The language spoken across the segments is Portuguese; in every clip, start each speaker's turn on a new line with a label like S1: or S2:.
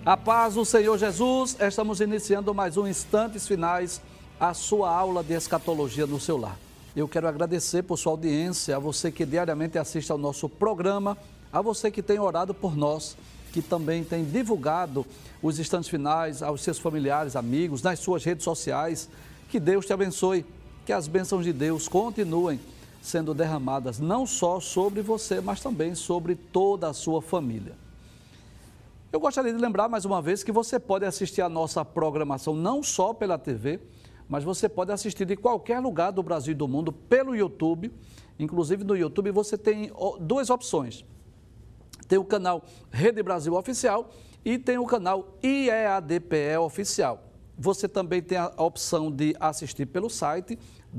S1: A paz do Senhor Jesus, estamos iniciando mais um Instantes Finais, a sua aula de escatologia no seu lar. Eu quero agradecer por sua audiência, a você que diariamente assiste ao nosso programa, a você que tem orado por nós, que também tem divulgado os Instantes Finais aos seus familiares, amigos, nas suas redes sociais. Que Deus te abençoe, que as bênçãos de Deus continuem sendo derramadas não só sobre você, mas também sobre toda a sua família. Eu gostaria de lembrar mais uma vez que você pode assistir a nossa programação não só pela TV, mas você pode assistir de qualquer lugar do Brasil e do mundo pelo YouTube. Inclusive no YouTube você tem duas opções. Tem o canal Rede Brasil Oficial e tem o canal IEADPE Oficial. Você também tem a opção de assistir pelo site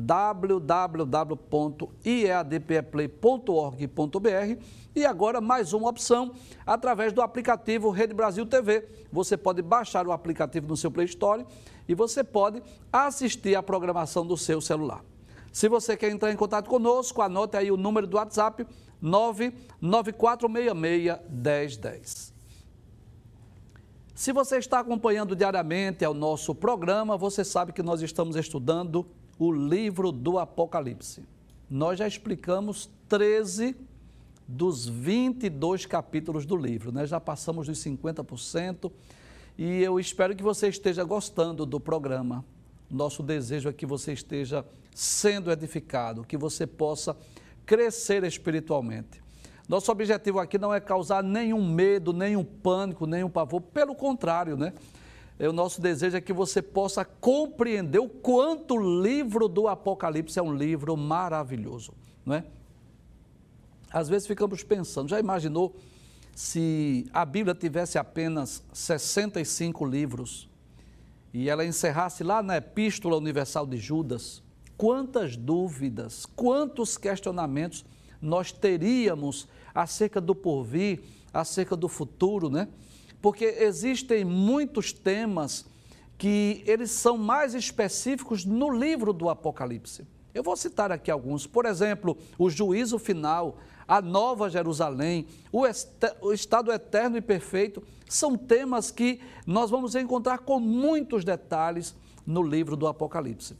S1: www.iadpeplay.org.br e agora mais uma opção através do aplicativo Rede Brasil TV. Você pode baixar o aplicativo no seu Play Store e você pode assistir a programação do seu celular. Se você quer entrar em contato conosco, anote aí o número do WhatsApp 994661010. Se você está acompanhando diariamente o nosso programa, você sabe que nós estamos estudando o livro do Apocalipse. Nós já explicamos 13 dos 22 capítulos do livro, né? Já passamos dos 50% e eu espero que você esteja gostando do programa. Nosso desejo é que você esteja sendo edificado, que você possa crescer espiritualmente. Nosso objetivo aqui não é causar nenhum medo, nenhum pânico, nenhum pavor, pelo contrário, né? O nosso desejo é que você possa compreender o quanto o livro do Apocalipse é um livro maravilhoso, não é? Às vezes ficamos pensando, já imaginou se a Bíblia tivesse apenas 65 livros e ela encerrasse lá na Epístola Universal de Judas? Quantas dúvidas, quantos questionamentos nós teríamos acerca do porvir, acerca do futuro, né? Porque existem muitos temas que eles são mais específicos no livro do Apocalipse. Eu vou citar aqui alguns, por exemplo, o juízo final, a nova Jerusalém, o estado eterno e perfeito, são temas que nós vamos encontrar com muitos detalhes no livro do Apocalipse.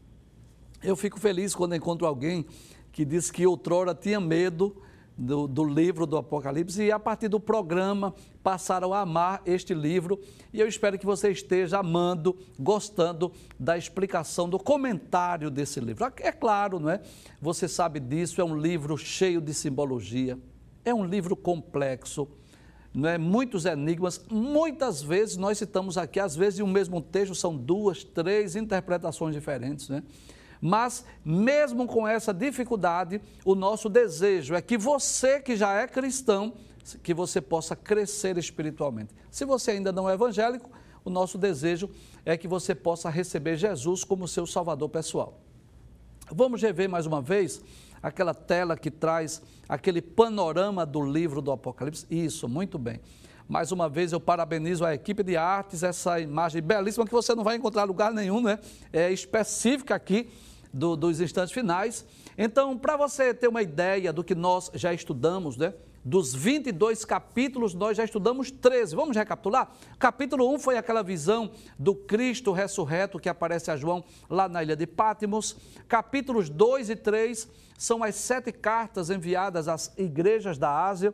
S1: Eu fico feliz quando encontro alguém que diz que outrora tinha medo do livro do Apocalipse e a partir do programa passaram a amar este livro e eu espero que você esteja amando, gostando da explicação, do comentário desse livro. É claro, não é? Você sabe disso, é um livro cheio de simbologia, é um livro complexo, não é? Muitos enigmas, muitas vezes nós citamos aqui, às vezes em um mesmo texto são 2, 3 interpretações diferentes, né? Mas, mesmo com essa dificuldade, o nosso desejo é que você que já é cristão, que você possa crescer espiritualmente. Se você ainda não é evangélico, o nosso desejo é que você possa receber Jesus como seu Salvador pessoal. Vamos rever mais uma vez aquela tela que traz aquele panorama do livro do Apocalipse? Isso, muito bem. Mais uma vez eu parabenizo a equipe de artes, essa imagem belíssima que você não vai encontrar em lugar nenhum, né? É específica aqui dos Instantes Finais. Então, para você ter uma ideia do que nós já estudamos, né? Dos 22 capítulos, nós já estudamos 13. Vamos recapitular? Capítulo 1 foi aquela visão do Cristo ressurreto que aparece a João lá na ilha de Patmos. Capítulos 2 e 3 são as 7 cartas enviadas às igrejas da Ásia.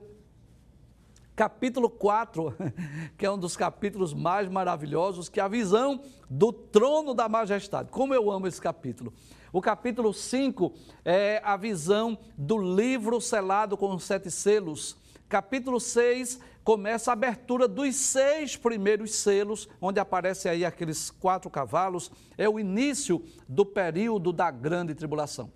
S1: Capítulo 4, que é um dos capítulos mais maravilhosos, que é a visão do trono da majestade. Como eu amo esse capítulo. O capítulo 5 é a visão do livro selado com 7 selos. Capítulo 6 começa a abertura dos 6 primeiros selos, onde aparecem aí aqueles 4 cavalos. É o início do período da grande tribulação.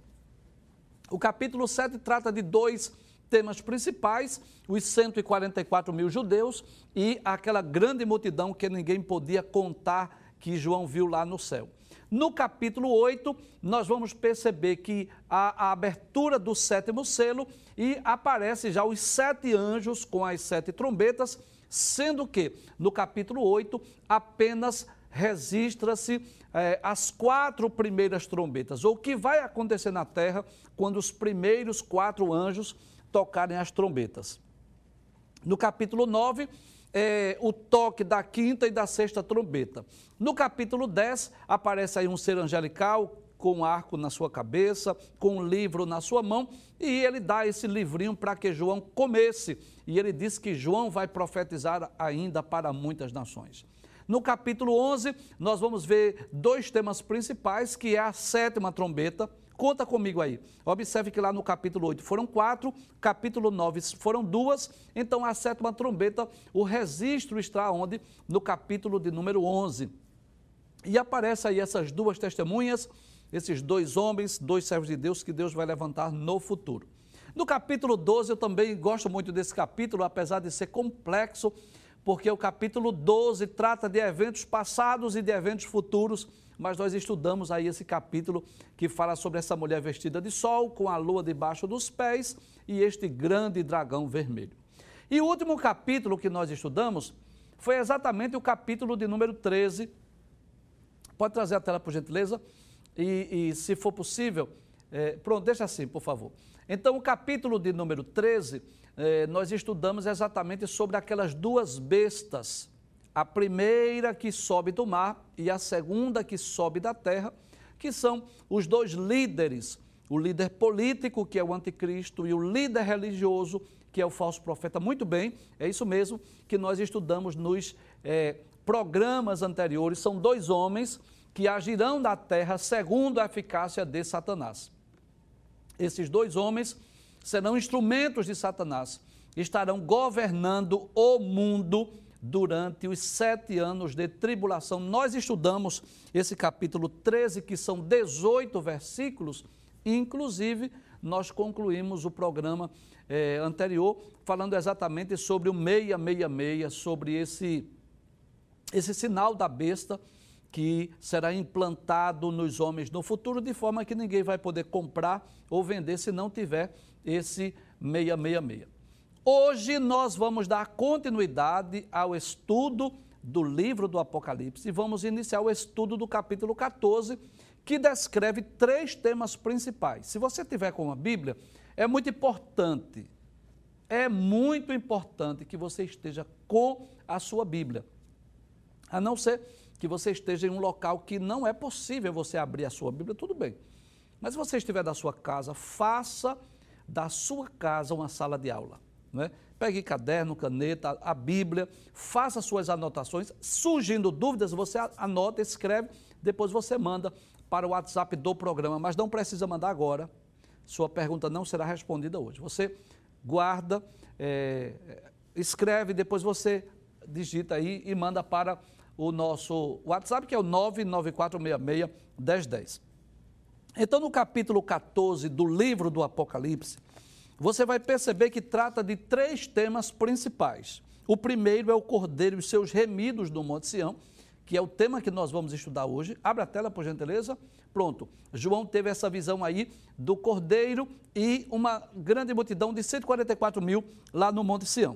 S1: O capítulo 7 trata de 2 temas principais, os 144 mil judeus e aquela grande multidão que ninguém podia contar que João viu lá no céu. No capítulo 8, nós vamos perceber que a abertura do 7º selo e aparece já os 7 anjos com as 7 trombetas, sendo que no capítulo 8 apenas registra-se as 4 primeiras trombetas, ou o que vai acontecer na terra quando os primeiros 4 anjos tocarem as trombetas. No capítulo 9, o toque da quinta e da sexta trombeta. No capítulo 10, aparece aí um ser angelical com um arco na sua cabeça, com um livro na sua mão, e ele dá esse livrinho para que João comesse. E ele diz que João vai profetizar ainda para muitas nações. No capítulo 11, nós vamos ver dois temas principais, que é a sétima trombeta. Conta comigo aí. Observe que lá no capítulo 8 foram 4, capítulo 9 foram 2, então a sétima trombeta, o registro está onde? No capítulo de número 11. E aparece aí essas duas testemunhas, esses dois homens, dois servos de Deus que Deus vai levantar no futuro. No capítulo 12, eu também gosto muito desse capítulo, apesar de ser complexo, porque o capítulo 12 trata de eventos passados e de eventos futuros, mas nós estudamos aí esse capítulo que fala sobre essa mulher vestida de sol, com a lua debaixo dos pés e este grande dragão vermelho. E o último capítulo que nós estudamos foi exatamente o capítulo de número 13. Pode trazer a tela, por gentileza? E se for possível, pronto, deixa assim, por favor. Então, o capítulo de número 13, nós estudamos exatamente sobre aquelas duas bestas, a primeira que sobe do mar e a segunda que sobe da terra, que são os dois líderes, o líder político, que é o anticristo, e o líder religioso, que é o falso profeta. Muito bem, é isso mesmo que nós estudamos nos programas anteriores. São dois homens que agirão na terra segundo a eficácia de Satanás. Esses dois homens serão instrumentos de Satanás, estarão governando o mundo durante os 7 anos de tribulação. Nós estudamos esse capítulo 13, que são 18 versículos, e inclusive nós concluímos o programa anterior falando exatamente sobre o 666, sobre esse sinal da besta, que será implantado nos homens no futuro, de forma que ninguém vai poder comprar ou vender se não tiver esse 666. Hoje nós vamos dar continuidade ao estudo do livro do Apocalipse e vamos iniciar o estudo do capítulo 14, que descreve 3 temas principais. Se você tiver com a Bíblia, é muito importante que você esteja com a sua Bíblia, a não ser que você esteja em um local que não é possível você abrir a sua Bíblia, tudo bem. Mas se você estiver da sua casa, faça da sua casa uma sala de aula, né? Pegue caderno, caneta, a Bíblia, faça suas anotações. Surgindo dúvidas, você anota, escreve, depois você manda para o WhatsApp do programa, mas não precisa mandar agora. Sua pergunta não será respondida hoje. Você guarda, escreve, depois você digita aí e manda para o nosso WhatsApp, que é o 994661010. Então, no capítulo 14 do livro do Apocalipse, você vai perceber que trata de 3 temas principais. O primeiro é o Cordeiro e seus remidos no Monte Sião, que é o tema que nós vamos estudar hoje. Abre a tela, por gentileza. Pronto. João teve essa visão aí do Cordeiro e uma grande multidão de 144 mil lá no Monte Sião.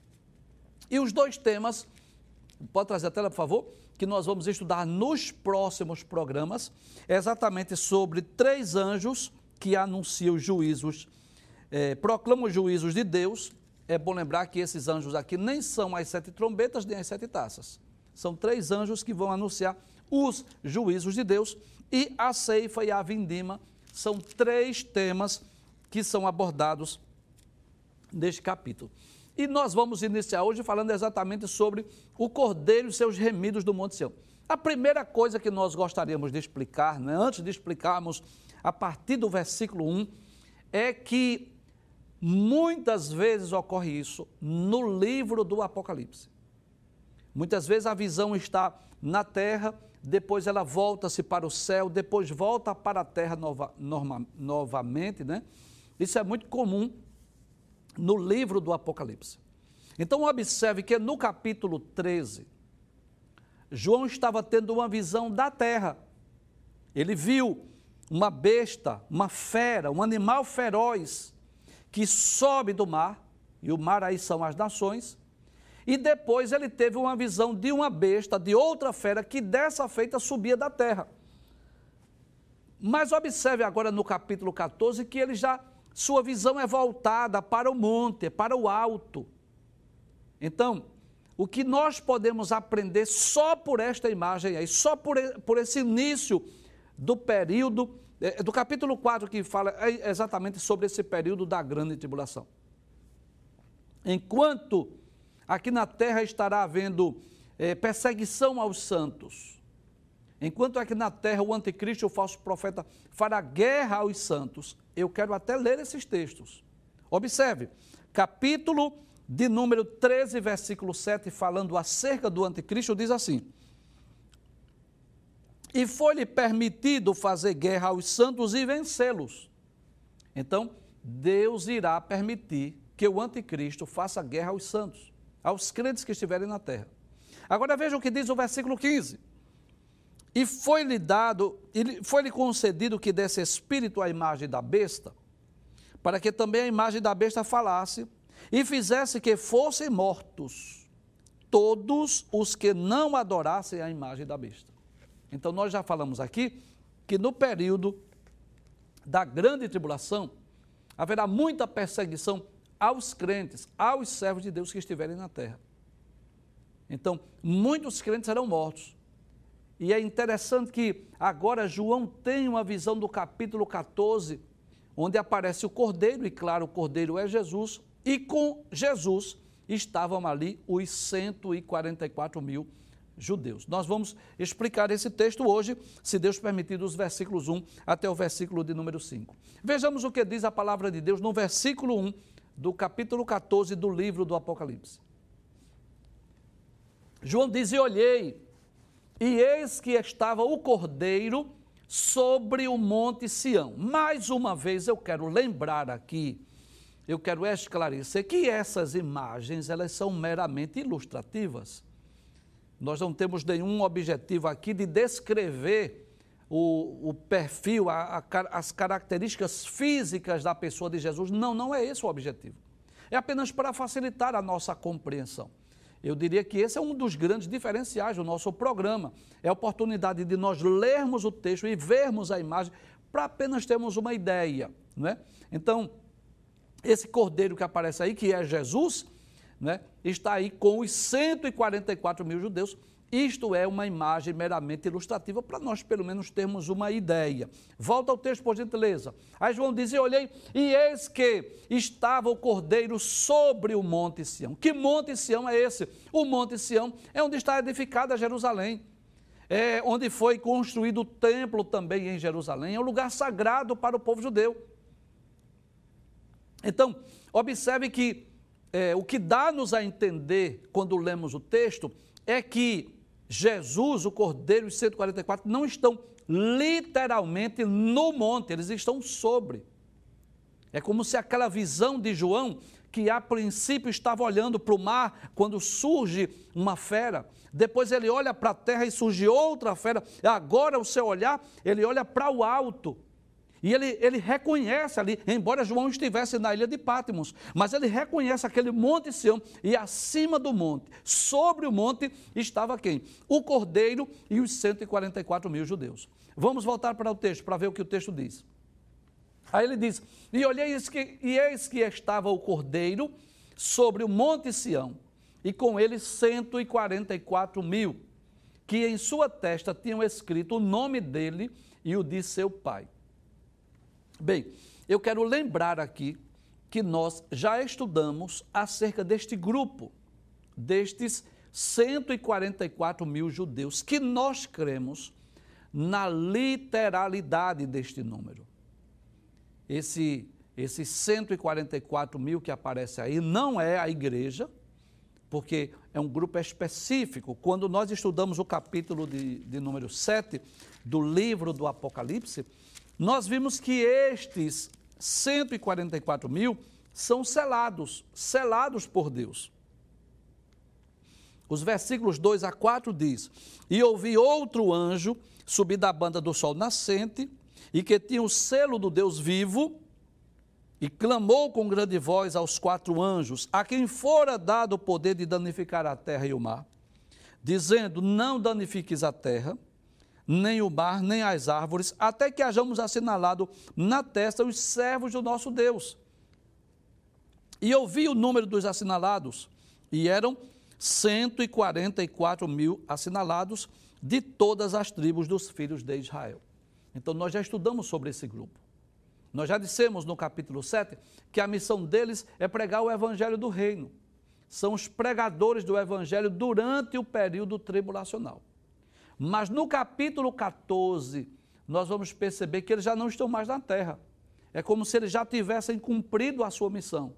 S1: E os 2 temas, pode trazer a tela, por favor, que nós vamos estudar nos próximos programas, é exatamente sobre 3 anjos que anunciam os juízos, proclamam os juízos de Deus. É bom lembrar que esses anjos aqui nem são as 7 trombetas, nem as 7 taças. São 3 anjos que vão anunciar os juízos de Deus, e a ceifa e a vindima são 3 temas que são abordados neste capítulo. E nós vamos iniciar hoje falando exatamente sobre o Cordeiro e seus remidos do Monte Sião. A primeira coisa que nós gostaríamos de explicar, né, antes de explicarmos a partir do versículo 1, é que muitas vezes ocorre isso no livro do Apocalipse. Muitas vezes a visão está na terra, depois ela volta-se para o céu, depois volta para a terra novamente, né? Isso é muito comum no livro do Apocalipse. Então observe que no capítulo 13, João estava tendo uma visão da terra. Ele viu uma besta, uma fera, um animal feroz que sobe do mar, e o mar aí são as nações, e depois ele teve uma visão de uma besta, de outra fera, que dessa feita subia da terra. Mas observe agora no capítulo 14 que sua visão é voltada para o monte, para o alto. Então, o que nós podemos aprender só por esta imagem aí, só por esse início do período, do capítulo 4, que fala exatamente sobre esse período da grande tribulação. Enquanto aqui na terra estará havendo perseguição aos santos, enquanto aqui na terra o anticristo, o falso profeta, fará guerra aos santos, eu quero até ler esses textos. Observe, capítulo de número 13, versículo 7, falando acerca do anticristo, diz assim: e foi-lhe permitido fazer guerra aos santos e vencê-los. Então, Deus irá permitir que o anticristo faça guerra aos santos, aos crentes que estiverem na terra. Agora veja o que diz o versículo 15. E foi-lhe concedido que desse espírito à imagem da besta, para que também a imagem da besta falasse, e fizesse que fossem mortos todos os que não adorassem a imagem da besta. Então, nós já falamos aqui que no período da grande tribulação, haverá muita perseguição aos crentes, aos servos de Deus que estiverem na terra. Então, muitos crentes serão mortos. E é interessante que agora João tem uma visão do capítulo 14, onde aparece o Cordeiro, e claro, o Cordeiro é Jesus, e com Jesus estavam ali os 144 mil judeus. Nós vamos explicar esse texto hoje, se Deus permitir, dos versículos 1 até o versículo de número 5. Vejamos o que diz a palavra de Deus no versículo 1 do capítulo 14 do livro do Apocalipse. João diz: e olhei, e eis que estava o Cordeiro sobre o monte Sião. Mais uma vez eu quero lembrar aqui, eu quero esclarecer que essas imagens, elas são meramente ilustrativas. Nós não temos nenhum objetivo aqui de descrever o perfil, as características físicas da pessoa de Jesus. Não, não é esse o objetivo. É apenas para facilitar a nossa compreensão. Eu diria que esse é um dos grandes diferenciais do nosso programa. É a oportunidade de nós lermos o texto e vermos a imagem para apenas termos uma ideia, não é? Então, esse cordeiro que aparece aí, que é Jesus, né, está aí com os 144 mil judeus. Isto é uma imagem meramente ilustrativa para nós, pelo menos, termos uma ideia. Volta ao texto, por gentileza. Aí João diz: e olhei, e eis que estava o Cordeiro sobre o Monte Sião. Que Monte Sião é esse? O Monte Sião é onde está edificada Jerusalém. É onde foi construído o templo também em Jerusalém. É um lugar sagrado para o povo judeu. Então, observe que o que dá-nos a entender quando lemos o texto é que Jesus, o Cordeiro e os 144 não estão literalmente no monte, eles estão sobre. É como se aquela visão de João, que a princípio estava olhando para o mar, quando surge uma fera, depois ele olha para a terra e surge outra fera, agora o seu olhar, ele olha para o alto. E ele reconhece ali, embora João estivesse na ilha de Patmos, mas ele reconhece aquele monte Sião, e acima do monte, sobre o monte, estava quem? O Cordeiro e os 144 mil judeus. Vamos voltar para o texto, para ver o que o texto diz. Aí ele diz: e olhei, e eis que estava o Cordeiro sobre o monte Sião, e com ele 144 mil, que em sua testa tinham escrito o nome dele e o de seu pai. Bem, eu quero lembrar aqui que nós já estudamos acerca deste grupo, destes 144 mil judeus, que nós cremos na literalidade deste número. Esses 144 mil que aparece aí não é a igreja, porque é um grupo específico. Quando nós estudamos o capítulo de número 7 do livro do Apocalipse, nós vimos que estes 144 mil são selados por Deus. Os versículos 2 a 4 diz: e ouvi outro anjo subir da banda do sol nascente, e que tinha o selo do Deus vivo, e clamou com grande voz aos 4 anjos, a quem fora dado o poder de danificar a terra e o mar, dizendo: não danifiques a terra, nem o mar, nem as árvores, até que hajamos assinalado na testa os servos do nosso Deus. E ouvi o número dos assinalados, e eram 144 mil assinalados de todas as tribos dos filhos de Israel. Então, nós já estudamos sobre esse grupo. Nós já dissemos no capítulo 7 que a missão deles é pregar o evangelho do reino. São os pregadores do evangelho durante o período tribulacional. Mas no capítulo 14, nós vamos perceber que eles já não estão mais na terra. É como se eles já tivessem cumprido a sua missão.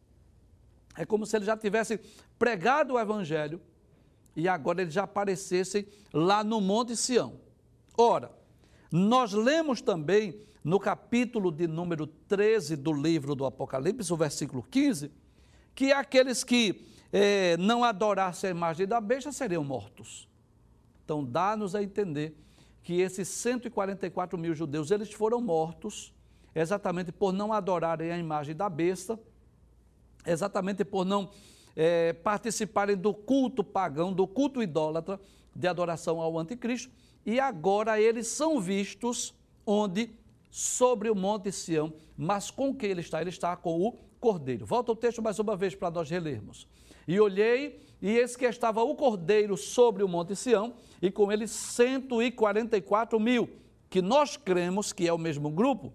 S1: É como se eles já tivessem pregado o evangelho e agora eles já aparecessem lá no Monte Sião. Ora, nós lemos também no capítulo de número 13 do livro do Apocalipse, o versículo 15, que aqueles que não adorassem a imagem da besta seriam mortos. Então, dá-nos a entender que esses 144 mil judeus, eles foram mortos exatamente por não adorarem a imagem da besta, exatamente por não participarem do culto pagão, do culto idólatra, de adoração ao anticristo, e agora eles são vistos onde? Sobre o Monte Sião, mas com quem ele está? Ele está com o Cordeiro. Volta o texto mais uma vez para nós relermos. E olhei, e eis que estava o Cordeiro sobre o Monte Sião, e com ele 144 mil, que nós cremos que é o mesmo grupo,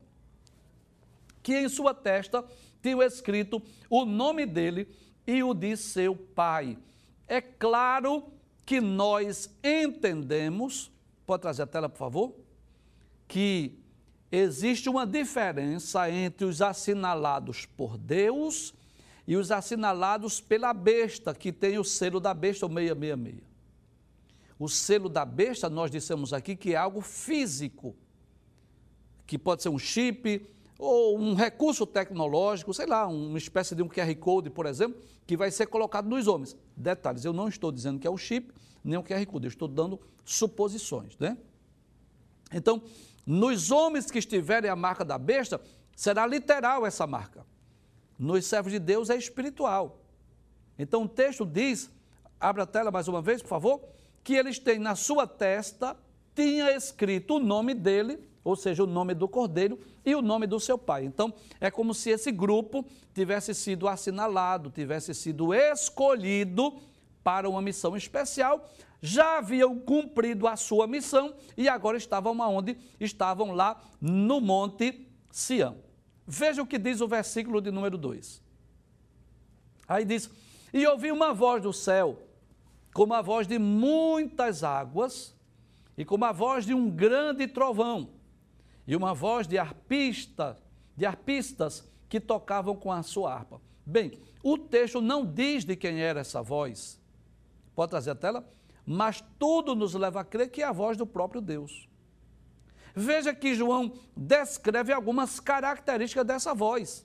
S1: que em sua testa tinha escrito o nome dele e o de seu pai. É claro que nós entendemos, pode trazer a tela, por favor, que existe uma diferença entre os assinalados por Deus e os assinalados pela besta, que tem o selo da besta, o 666. O selo da besta, nós dissemos aqui que é algo físico, que pode ser um chip ou um recurso tecnológico, sei lá, uma espécie de um QR Code, por exemplo, que vai ser colocado nos homens. Detalhes, eu não estou dizendo que é o chip, nem o QR Code, eu estou dando suposições, né? Então, nos homens que estiverem a marca da besta, será literal essa marca. Nos servos de Deus é espiritual. Então, o texto diz, abra a tela mais uma vez, por favor, que eles têm na sua testa, tinha escrito o nome dele, ou seja, o nome do Cordeiro e o nome do seu pai. Então, é como se esse grupo tivesse sido assinalado, tivesse sido escolhido para uma missão especial, já haviam cumprido a sua missão e agora estavam aonde? Estavam lá no Monte Sião. Veja o que diz o versículo de número 2. Aí diz, e ouvi uma voz do céu, como a voz de muitas águas, e como a voz de um grande trovão, e uma voz de arpistas que tocavam com a sua harpa. Bem, o texto não diz de quem era essa voz. Pode trazer a tela? Mas tudo nos leva a crer que é a voz do próprio Deus. Veja que João descreve algumas características dessa voz.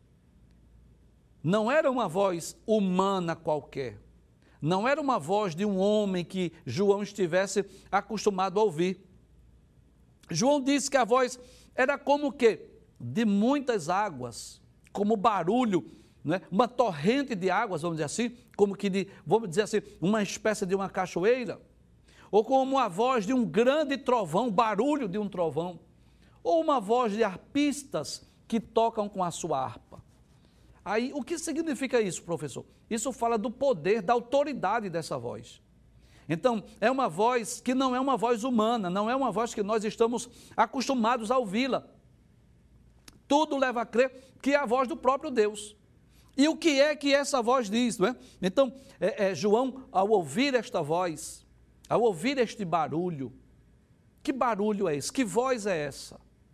S1: Não era uma voz humana qualquer. Não era uma voz de um homem que João estivesse acostumado a ouvir. João disse que a voz era como o quê? De muitas águas, como barulho, né? Uma torrente de águas, vamos dizer assim, como que vamos dizer assim, uma espécie de uma cachoeira, ou como a voz de um grande trovão, barulho de um trovão, ou uma voz de arpistas que tocam com a sua harpa. Aí, o que significa isso, professor? Isso fala do poder, da autoridade dessa voz. Então, é uma voz que não é uma voz humana, não é uma voz que nós estamos acostumados a ouvi-la. Tudo leva a crer que é a voz do próprio Deus. E o que é que essa voz diz, não é? Então, João, ao ouvir esta voz, ao ouvir este barulho, que barulho é esse? Que voz é essa?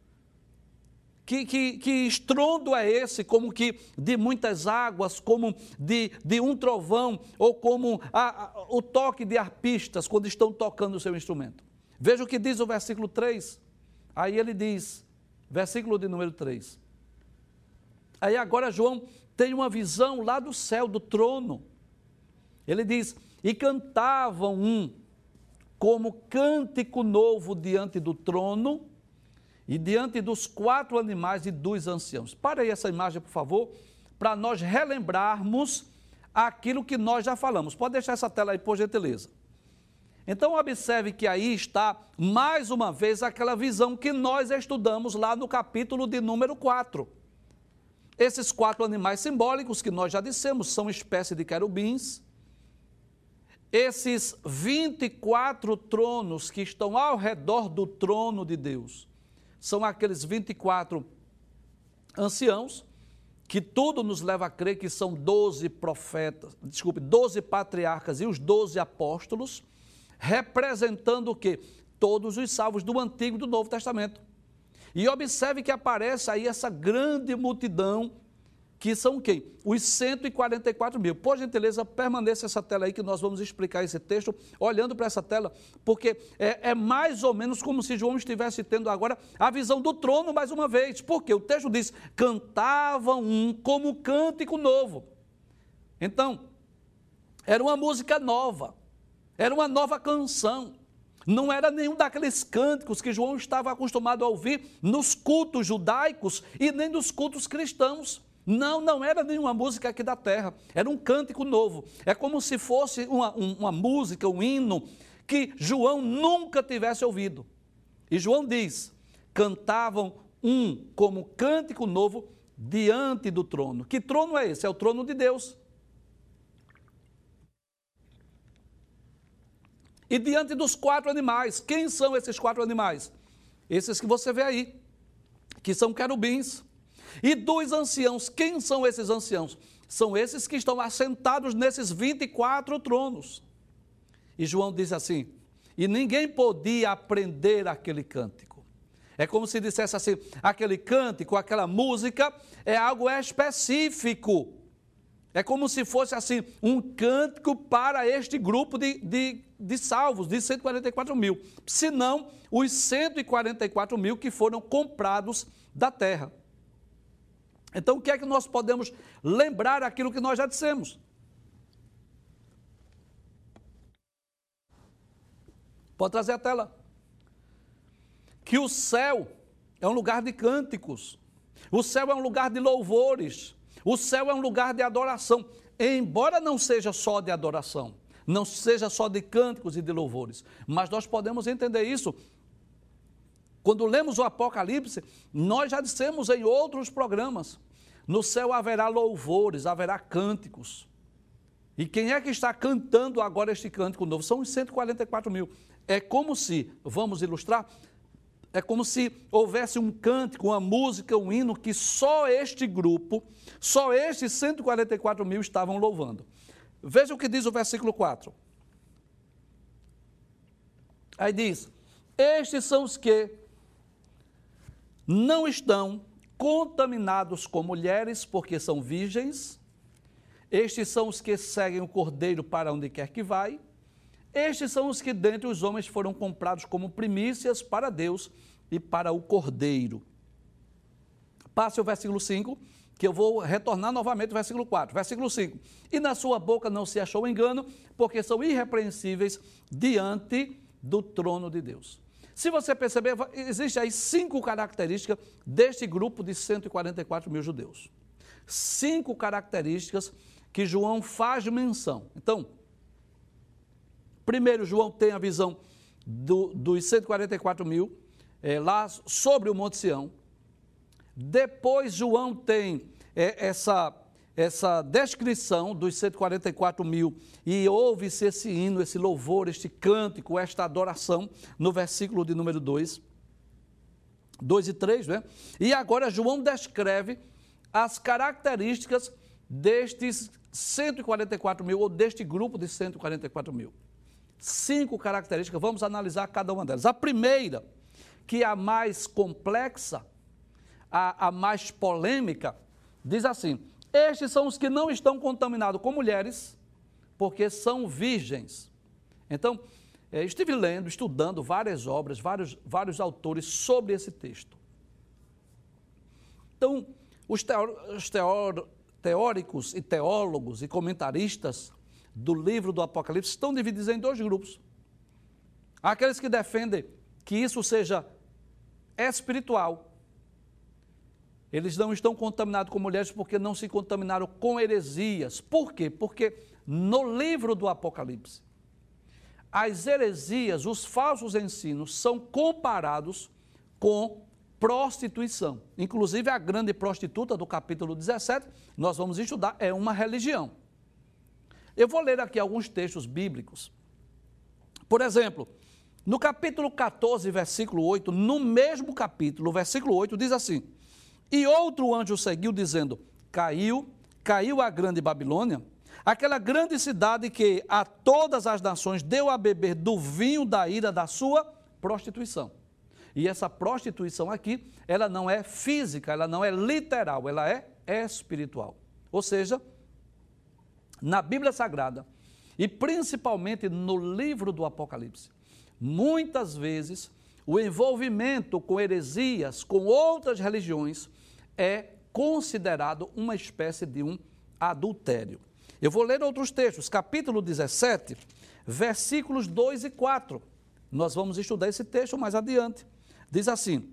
S1: Que estrondo é esse, como que de muitas águas, como de um trovão, ou como o toque de arpistas quando estão tocando o seu instrumento? Veja o que diz o versículo 3. Aí ele diz, versículo de número 3. Aí agora João tem uma visão lá do céu, do trono. Ele diz, e cantavam como cântico novo diante do trono, e diante dos 4 animais e dos anciãos. Para aí essa imagem, por favor, para nós relembrarmos aquilo que nós já falamos. Pode deixar essa tela aí, por gentileza. Então, observe que aí está, mais uma vez, aquela visão que nós estudamos lá no capítulo de número 4. Esses 4 animais simbólicos, que nós já dissemos, são espécie de querubins, esses 24 tronos que estão ao redor do trono de Deus, são aqueles 24 anciãos, que tudo nos leva a crer que são 12 patriarcas e os 12 apóstolos, representando o quê? Todos os salvos do Antigo e do Novo Testamento. E observe que aparece aí essa grande multidão, que são quem? Os 144 mil. Por gentileza, permaneça essa tela aí que nós vamos explicar esse texto, olhando para essa tela, porque é mais ou menos como se João estivesse tendo agora a visão do trono mais uma vez. Porque o texto diz, cantavam como cântico novo. Então, era uma música nova, era uma nova canção. Não era nenhum daqueles cânticos que João estava acostumado a ouvir nos cultos judaicos e nem nos cultos cristãos. Não era nenhuma música aqui da terra, era um cântico novo. É como se fosse uma música, um hino, que João nunca tivesse ouvido. E João diz, cantavam como cântico novo diante do trono. Que trono é esse? É o trono de Deus. E diante dos 4 animais, quem são esses 4 animais? Esses que você vê aí, que são querubins. E dos anciãos, quem são esses anciãos? São esses que estão assentados nesses 24 tronos. E João diz assim, e ninguém podia aprender aquele cântico. É como se dissesse assim, aquele cântico, aquela música é algo específico. É como se fosse assim, um cântico para este grupo de salvos, de 144 mil. Se não, os 144 mil que foram comprados da terra. Então, o que é que nós podemos lembrar aquilo que nós já dissemos? Pode trazer a tela. Que o céu é um lugar de cânticos. O céu é um lugar de louvores. O céu é um lugar de adoração. Embora não seja só de adoração, não seja só de cânticos e de louvores, mas nós podemos entender isso. Quando lemos o Apocalipse, nós já dissemos em outros programas, no céu haverá louvores, haverá cânticos. E quem é que está cantando agora este cântico novo? São os 144 mil. É como se, vamos ilustrar, é como se houvesse um cântico, uma música, um hino que só este grupo, só estes 144 mil estavam louvando. Veja o que diz o versículo 4. Aí diz, estes são os que não estão contaminados com mulheres, porque são virgens. Estes são os que seguem o Cordeiro para onde quer que vai. Estes são os que dentre os homens foram comprados como primícias para Deus e para o Cordeiro. Passe o versículo 5, que eu vou retornar novamente ao versículo 4. Versículo 5. E na sua boca não se achou engano, porque são irrepreensíveis diante do trono de Deus. Se você perceber, existem aí 5 características deste grupo de 144 mil judeus. 5 características que João faz menção. Então, primeiro, João tem a visão dos 144 mil, lá sobre o Monte Sião. Depois, João tem essa descrição dos 144 mil e ouve-se esse hino, esse louvor, este cântico, esta adoração, no versículo de número 2 e 3, né? E agora João descreve as características destes 144 mil, ou deste grupo de 144 mil. 5 características, vamos analisar cada uma delas. A primeira, que é a mais complexa, a mais polêmica, diz assim, estes são os que não estão contaminados com mulheres, porque são virgens. Então, estive lendo, estudando várias obras, vários autores sobre esse texto. Então, os teóricos e teólogos e comentaristas do livro do Apocalipse estão divididos em 2 grupos. Aqueles que defendem que isso seja espiritual. Eles não estão contaminados com mulheres porque não se contaminaram com heresias. Por quê? Porque no livro do Apocalipse, as heresias, os falsos ensinos são comparados com prostituição. Inclusive a grande prostituta do capítulo 17, nós vamos estudar, é uma religião. Eu vou ler aqui alguns textos bíblicos. Por exemplo, no capítulo 14, versículo 8, no mesmo capítulo, versículo 8, diz assim: e outro anjo seguiu dizendo, caiu a grande Babilônia, aquela grande cidade que a todas as nações deu a beber do vinho da ira da sua prostituição. E essa prostituição aqui, ela não é física, ela não é literal, ela é espiritual. Ou seja, na Bíblia Sagrada, e principalmente no livro do Apocalipse, muitas vezes o envolvimento com heresias, com outras religiões, é considerado uma espécie de um adultério. Eu vou ler outros textos, capítulo 17, versículos 2 e 4. Nós vamos estudar esse texto mais adiante. Diz assim,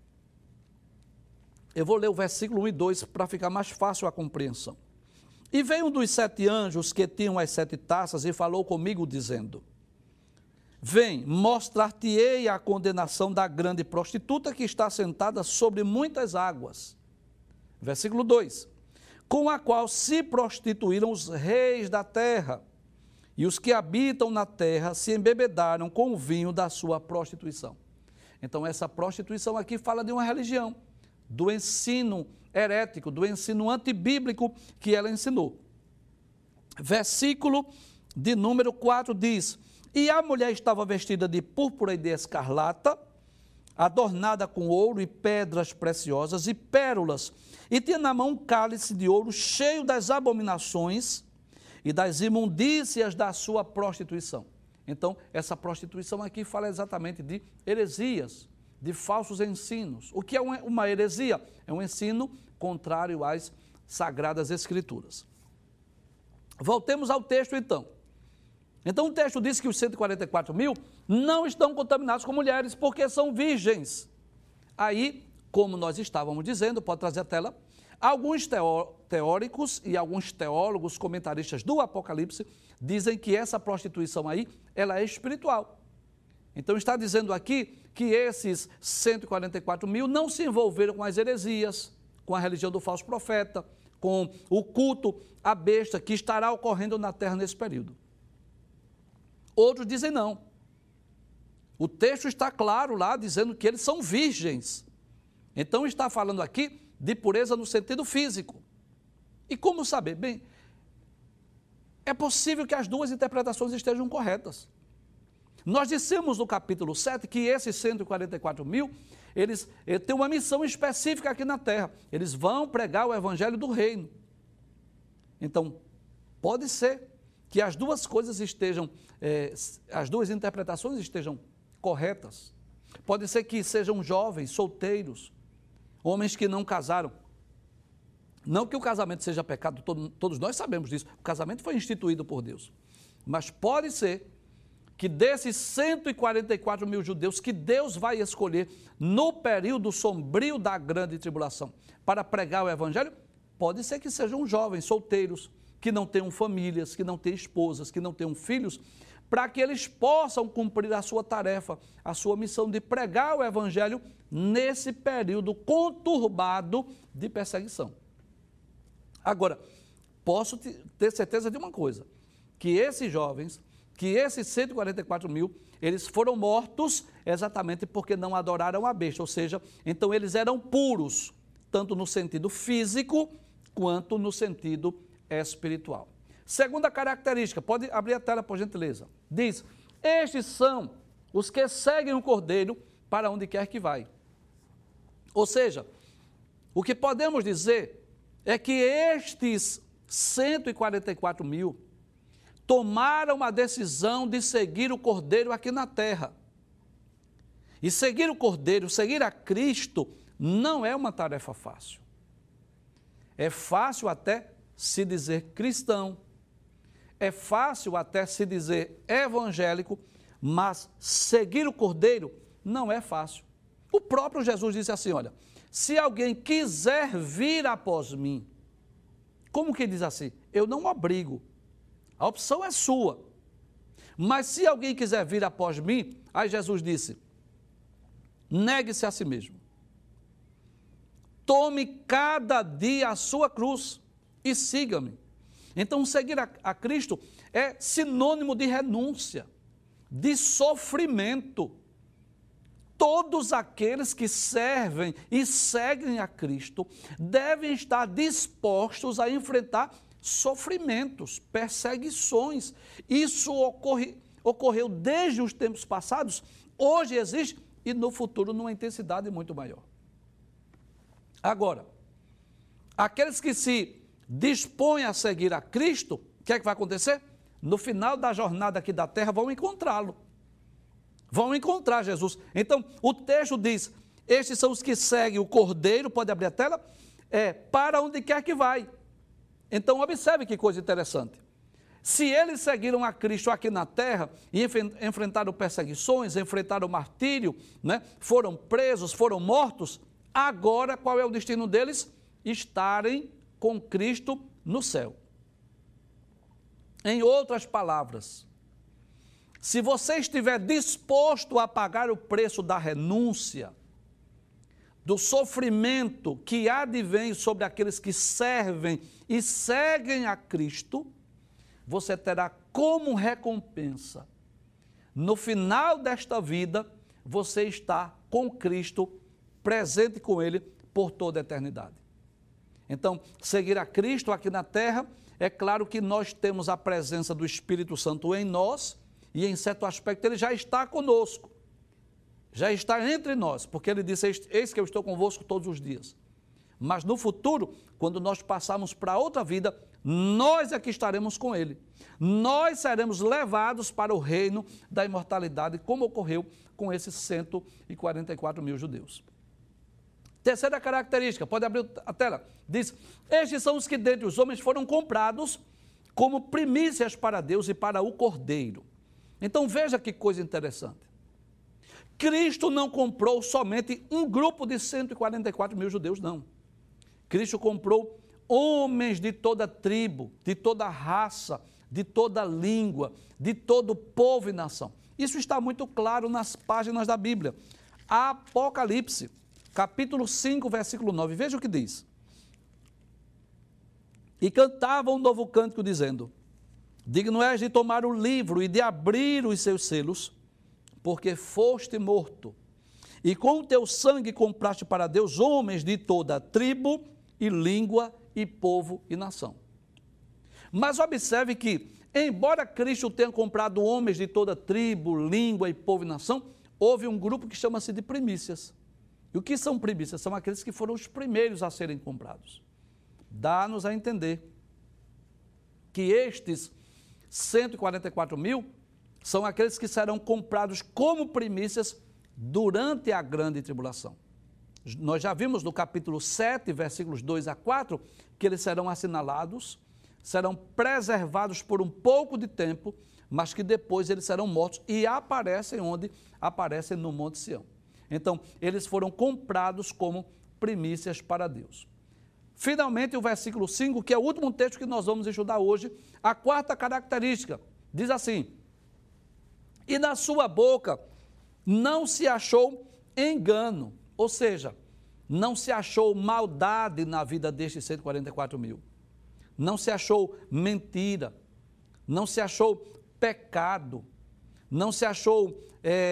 S1: eu vou ler o versículo 1 e 2 para ficar mais fácil a compreensão. E veio um dos 7 anjos que tinham as 7 taças e falou comigo dizendo, vem, mostrar-te-ei a condenação da grande prostituta que está sentada sobre muitas águas. Versículo 2, com a qual se prostituíram os reis da terra, e os que habitam na terra se embebedaram com o vinho da sua prostituição. Então, essa prostituição aqui fala de uma religião, do ensino herético, do ensino antibíblico que ela ensinou. Versículo de número 4 diz, e a mulher estava vestida de púrpura e de escarlata, adornada com ouro e pedras preciosas e pérolas, e tinha na mão um cálice de ouro cheio das abominações e das imundícias da sua prostituição. Então, essa prostituição aqui fala exatamente de heresias, de falsos ensinos. O que é uma heresia? É um ensino contrário às Sagradas Escrituras. Voltemos ao texto, então. Então, o texto diz que os 144 mil não estão contaminados com mulheres, porque são virgens. Aí, como nós estávamos dizendo, pode trazer a tela, alguns teóricos e alguns teólogos, comentaristas do Apocalipse, dizem que essa prostituição aí, ela é espiritual. Então, está dizendo aqui que esses 144 mil não se envolveram com as heresias, com a religião do falso profeta, com o culto à besta que estará ocorrendo na terra nesse período. Outros dizem não. O texto está claro lá, dizendo que eles são virgens. Então, está falando aqui de pureza no sentido físico. E como saber? Bem, é possível que as duas interpretações estejam corretas. Nós dissemos no capítulo 7 que esses 144 mil, eles têm uma missão específica aqui na terra. Eles vão pregar o evangelho do reino. Então, pode ser que as duas coisas estejam, as duas interpretações estejam corretas. Pode ser que sejam jovens, solteiros, homens que não casaram. Não que o casamento seja pecado, todos nós sabemos disso. O casamento foi instituído por Deus. Mas pode ser que desses 144 mil judeus que Deus vai escolher no período sombrio da grande tribulação para pregar o evangelho, pode ser que sejam jovens, solteiros, que não tenham famílias, que não tenham esposas, que não tenham filhos, para que eles possam cumprir a sua tarefa, a sua missão de pregar o evangelho nesse período conturbado de perseguição. Agora, posso ter certeza de uma coisa, que esses jovens, que esses 144 mil, eles foram mortos exatamente porque não adoraram a besta, ou seja, então eles eram puros, tanto no sentido físico, quanto no sentido espiritual. Segunda característica, pode abrir a tela por gentileza, diz, estes são os que seguem o Cordeiro para onde quer que vai. Ou seja, o que podemos dizer é que estes 144 mil tomaram a decisão de seguir o Cordeiro aqui na terra. E seguir o Cordeiro, seguir a Cristo, não é uma tarefa fácil. É fácil até se dizer cristão, é fácil até se dizer evangélico, mas seguir o Cordeiro não é fácil. O próprio Jesus disse assim, olha, se alguém quiser vir após mim, como que diz assim? Eu não obrigo, a opção é sua. Mas se alguém quiser vir após mim, aí Jesus disse, negue-se a si mesmo. Tome cada dia a sua cruz e siga-me. Então, seguir a Cristo é sinônimo de renúncia, de sofrimento. Todos aqueles que servem e seguem a Cristo devem estar dispostos a enfrentar sofrimentos, perseguições. Isso ocorreu desde os tempos passados, hoje existe e no futuro numa intensidade muito maior. Agora, aqueles que se dispõem a seguir a Cristo, o que é que vai acontecer? No final da jornada aqui da terra vão encontrá-lo. Vão encontrar Jesus. Então, o texto diz, estes são os que seguem o Cordeiro, pode abrir a tela, para onde quer que vai. Então, observe que coisa interessante. Se eles seguiram a Cristo aqui na terra e enfrentaram perseguições, enfrentaram martírio, né? Foram presos, foram mortos, agora qual é o destino deles? Estarem com Cristo no céu. Em outras palavras, se você estiver disposto a pagar o preço da renúncia, do sofrimento que advém sobre aqueles que servem e seguem a Cristo, você terá como recompensa, no final desta vida, você está com Cristo, presente com Ele por toda a eternidade. Então, seguir a Cristo aqui na terra, é claro que nós temos a presença do Espírito Santo em nós, e em certo aspecto ele já está conosco, já está entre nós, porque ele disse, eis que eu estou convosco todos os dias. Mas no futuro, quando nós passarmos para outra vida, nós é que estaremos com ele. Nós seremos levados para o reino da imortalidade, como ocorreu com esses 144 mil judeus. Terceira característica, pode abrir a tela, diz, estes são os que dentre os homens foram comprados como primícias para Deus e para o Cordeiro. Então veja que coisa interessante. Cristo não comprou somente um grupo de 144 mil judeus, não. Cristo comprou homens de toda tribo, de toda raça, de toda língua, de todo povo e nação. Isso está muito claro nas páginas da Bíblia. Apocalipse, capítulo 5, versículo 9. Veja o que diz. E cantavam um novo cântico dizendo, digno és de tomar o livro e de abrir os seus selos, porque foste morto, e com o teu sangue compraste para Deus homens de toda tribo e língua e povo e nação. Mas observe que, embora Cristo tenha comprado homens de toda tribo, língua e povo e nação, houve um grupo que chama-se de primícias. E o que são primícias? São aqueles que foram os primeiros a serem comprados. Dá-nos a entender que estes 144 mil são aqueles que serão comprados como primícias durante a grande tribulação. Nós já vimos no capítulo 7, versículos 2 a 4, que eles serão assinalados, serão preservados por um pouco de tempo, mas que depois eles serão mortos e aparecem onde? Aparecem no Monte Sião. Então, eles foram comprados como primícias para Deus. Finalmente, o versículo 5, que é o último texto que nós vamos estudar hoje, a quarta característica, diz assim, e na sua boca não se achou engano, ou seja, não se achou maldade na vida destes 144 mil, não se achou mentira, não se achou pecado, não se achou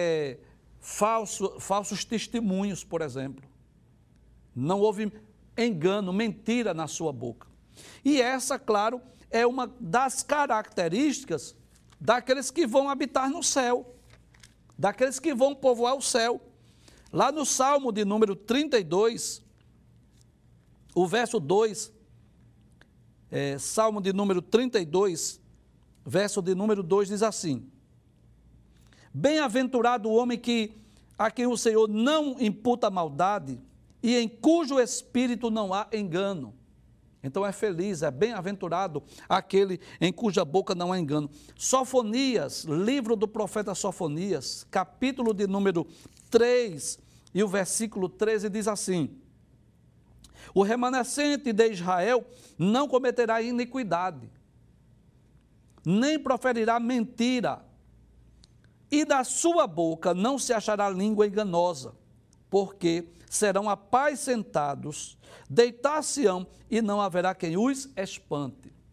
S1: falsos testemunhos, por exemplo, não houve engano, mentira na sua boca. E essa, claro, é uma das características daqueles que vão habitar no céu, daqueles que vão povoar o céu. Lá no Salmo de número 32, o verso 2, Salmo de número 32, verso de número 2 diz assim, bem-aventurado o homem a quem o Senhor não imputa maldade e em cujo espírito não há engano. Então é feliz, é bem-aventurado aquele em cuja boca não há engano. Sofonias, livro do profeta Sofonias, capítulo de número 3 e o versículo 13 diz assim, o remanescente de Israel não cometerá iniquidade, nem proferirá mentira, e da sua boca não se achará língua enganosa, porque serão apacentados, deitar-se-ão e não haverá quem os espante.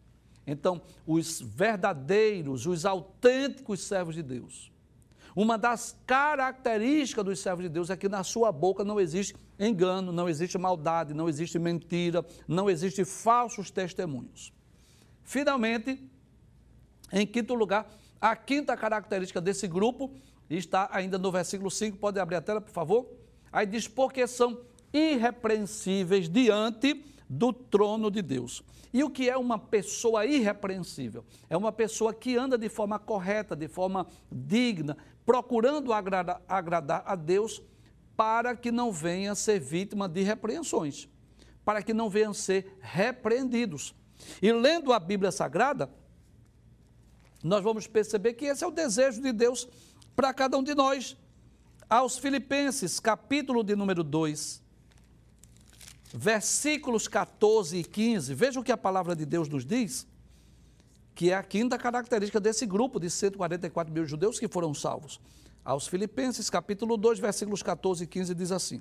S1: Então, os verdadeiros, os autênticos servos de Deus, uma das características dos servos de Deus é que na sua boca não existe engano, não existe maldade, não existe mentira, não existe falsos testemunhos. Finalmente, em quinto lugar, a quinta característica desse grupo está ainda no versículo 5, pode abrir a tela, por favor? Aí diz, porque são irrepreensíveis diante do trono de Deus. E o que é uma pessoa irrepreensível? É uma pessoa que anda de forma correta, de forma digna, procurando agradar a Deus para que não venha a ser vítima de repreensões, para que não venham a ser repreendidos. E lendo a Bíblia Sagrada, nós vamos perceber que esse é o desejo de Deus para cada um de nós. Aos Filipenses, capítulo de número 2, versículos 14 e 15, veja o que a palavra de Deus nos diz, que é a quinta característica desse grupo de 144 mil judeus que foram salvos. Aos Filipenses, capítulo 2, versículos 14 e 15, diz assim: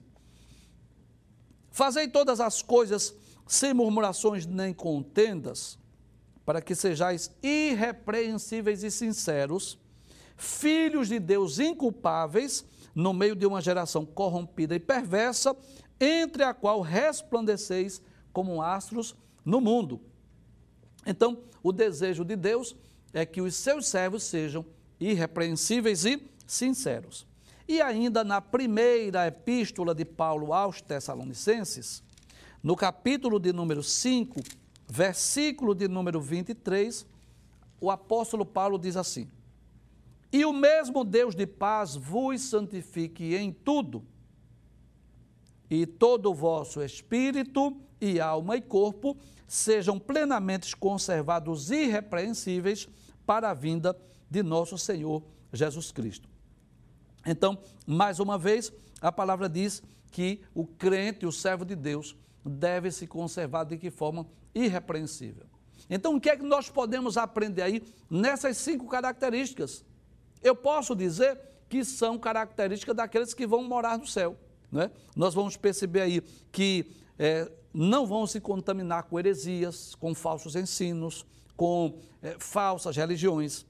S1: fazei todas as coisas sem murmurações nem contendas, para que sejais irrepreensíveis e sinceros, filhos de Deus inculpáveis, no meio de uma geração corrompida e perversa, entre a qual resplandeceis como astros no mundo. Então, o desejo de Deus é que os seus servos sejam irrepreensíveis e sinceros. E ainda na primeira epístola de Paulo aos Tessalonicenses, no capítulo de número 5, versículo de número 23, o apóstolo Paulo diz assim: e o mesmo Deus de paz vos santifique em tudo, e todo o vosso espírito e alma e corpo sejam plenamente conservados irrepreensíveis para a vinda de nosso Senhor Jesus Cristo. Então, mais uma vez, a palavra diz que o crente, o servo de Deus, deve se conservar de que forma? Irrepreensível. Então, o que é que nós podemos aprender aí nessas 5 características? Eu posso dizer que são características daqueles que vão morar no céu, não é? Nós vamos perceber aí que não vão se contaminar com heresias, com falsos ensinos, com falsas religiões.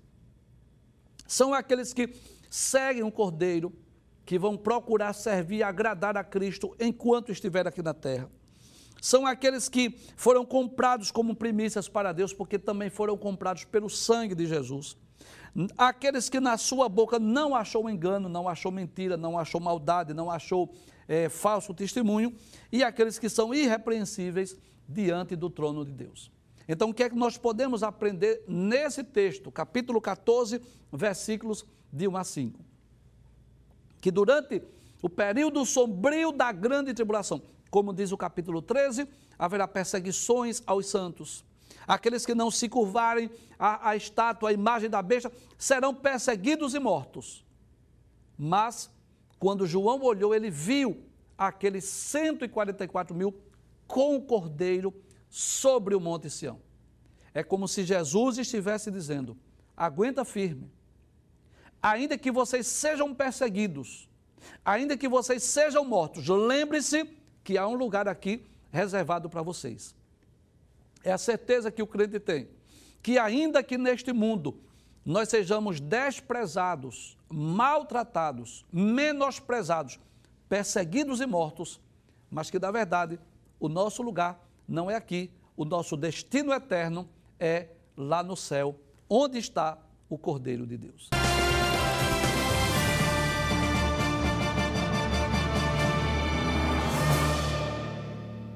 S1: São aqueles que seguem o Cordeiro, que vão procurar servir e agradar a Cristo enquanto estiver aqui na terra. São aqueles que foram comprados como primícias para Deus, porque também foram comprados pelo sangue de Jesus. Aqueles que na sua boca não achou engano, não achou mentira, não achou maldade, não achou falso testemunho, e aqueles que são irrepreensíveis diante do trono de Deus. Então, o que é que nós podemos aprender nesse texto, capítulo 14, versículos de 1 a 5? Que durante o período sombrio da grande tribulação, como diz o capítulo 13, haverá perseguições aos santos. Aqueles que não se curvarem à estátua, à imagem da besta, serão perseguidos e mortos. Mas, quando João olhou, ele viu aqueles 144 mil com o Cordeiro sobre o Monte Sião. É como se Jesus estivesse dizendo: aguenta firme, ainda que vocês sejam perseguidos, ainda que vocês sejam mortos, lembre-se que há um lugar aqui reservado para vocês. É a certeza que o crente tem, que ainda que neste mundo nós sejamos desprezados, maltratados, menosprezados, perseguidos e mortos, mas que, na verdade, o nosso lugar não é aqui, o nosso destino eterno é lá no céu, onde está o Cordeiro de Deus.